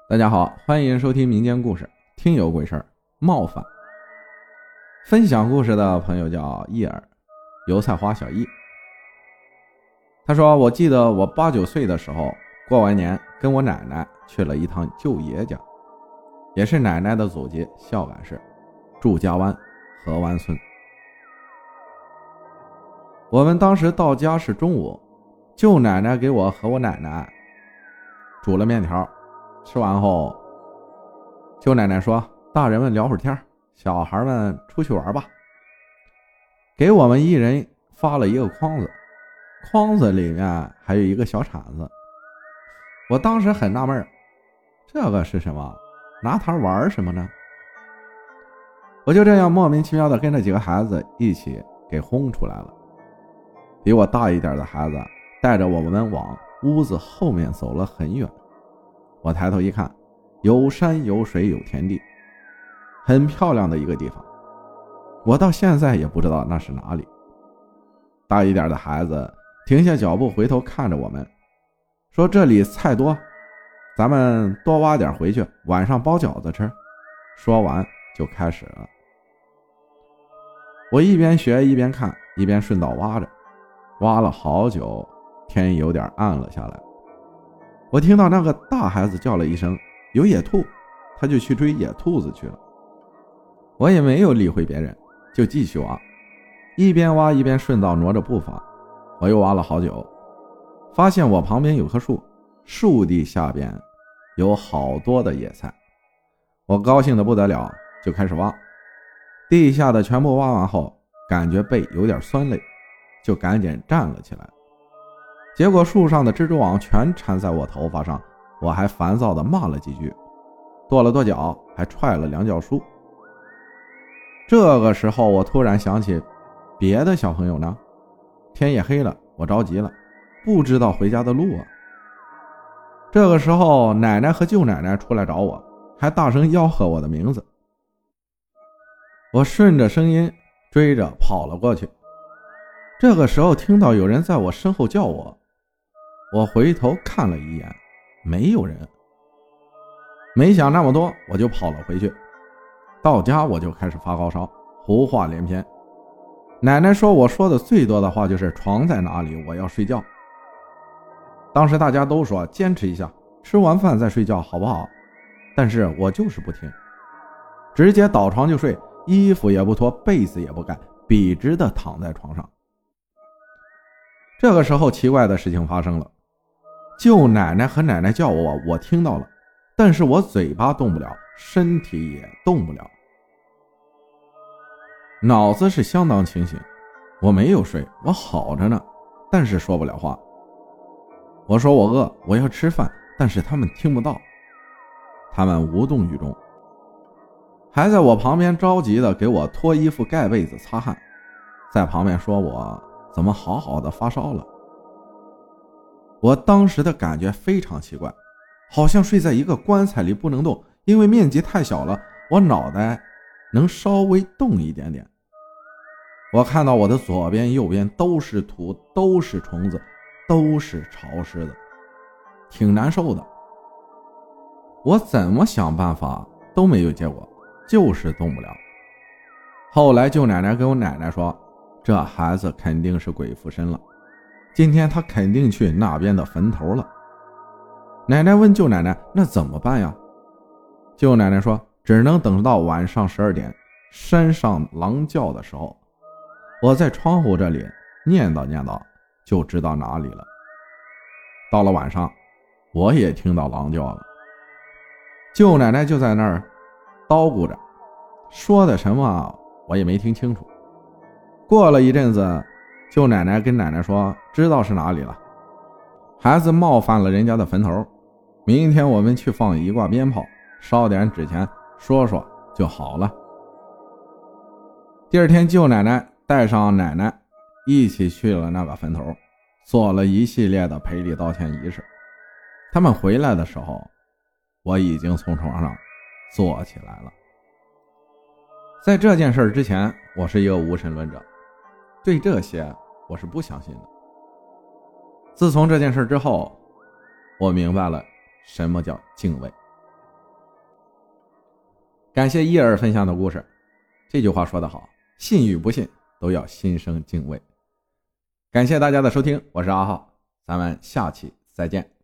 大家好，欢迎收听民间故事，听有鬼事儿冒犯。分享故事的朋友叫叶儿，油菜花小易。他说，我记得我8、9岁的时候，过完年跟我奶奶去了一趟舅爷家，也是奶奶的祖籍孝感市祝家湾河湾村。我们当时到家是中午，舅奶奶给我和我奶奶煮了面条，吃完后，舅奶奶说，大人们聊会儿天，小孩们出去玩吧。给我们一人发了一个筐子，筐子里面还有一个小铲子。我当时很纳闷，这个是什么？拿它玩什么呢？我就这样莫名其妙的跟着几个孩子一起给轰出来了。比我大一点的孩子带着我们往屋子后面走了很远。我抬头一看，有山有水有田地，很漂亮的一个地方。我到现在也不知道那是哪里。大一点的孩子停下脚步回头看着我们，说这里菜多，咱们多挖点回去，晚上包饺子吃。说完就开始了。我一边学一边看，一边顺道挖着，挖了好久，天有点暗了下来。我听到那个大孩子叫了一声有野兔，他就去追野兔子去了。我也没有理会别人，就继续挖，一边挖一边顺道挪着步伐。我又挖了好久，发现我旁边有棵树，树地下边有好多的野菜。我高兴得不得了，就开始挖。地下的全部挖完后，感觉背有点酸累，就赶紧站了起来。结果树上的蜘蛛网全缠在我头发上，我还烦躁地骂了几句，跺了跺脚，还踹了2脚书。这个时候我突然想起别的小朋友呢，天也黑了，我着急了，不知道回家的路啊。这个时候奶奶和舅奶奶出来找我，还大声吆喝我的名字。我顺着声音追着跑了过去。这个时候听到有人在我身后叫我，我回头看了一眼，没有人。没想那么多，我就跑了回去。到家我就开始发高烧，胡话连篇。奶奶说我说的最多的话就是床在哪里，我要睡觉。当时大家都说坚持一下，吃完饭再睡觉好不好？但是我就是不听，直接倒床就睡，衣服也不脱，被子也不盖，笔直的躺在床上。这个时候奇怪的事情发生了，舅奶奶和奶奶叫我听到了，但是我嘴巴动不了，身体也动不了。脑子是相当清醒，我没有睡，我好着呢，但是说不了话。我说我饿，我要吃饭，但是他们听不到，他们无动于衷，还在我旁边着急的给我脱衣服盖被子擦汗，在旁边说我怎么好好的发烧了。我当时的感觉非常奇怪，好像睡在一个棺材里不能动，因为面积太小了，我脑袋能稍微动一点点。我看到我的左边右边都是土，都是虫子，都是潮湿的，挺难受的。我怎么想办法都没有结果，就是动不了。后来舅奶奶跟我奶奶说，这孩子肯定是鬼附身了，今天他肯定去那边的坟头了。奶奶问舅奶奶，那怎么办呀？舅奶奶说，只能等到晚上12点山上狼叫的时候，我在窗户这里念叨念叨，就知道哪里了。到了晚上，我也听到狼叫了。舅奶奶就在那儿叨咕着，说的什么我也没听清楚。过了一阵子，舅奶奶跟奶奶说，知道是哪里了，孩子冒犯了人家的坟头，明天我们去放一挂鞭炮，烧点纸钱，说说就好了。第二天舅奶奶带上奶奶一起去了那个坟头，做了一系列的赔礼道歉仪式。他们回来的时候，我已经从床上坐起来了。在这件事之前，我是一个无神论者，对这些我是不相信的。自从这件事之后，我明白了什么叫敬畏。 感谢叶儿分享的故事。这句话说得好，信与不信都要心生敬畏。感谢大家的收听，我是阿浩，咱们下期再见。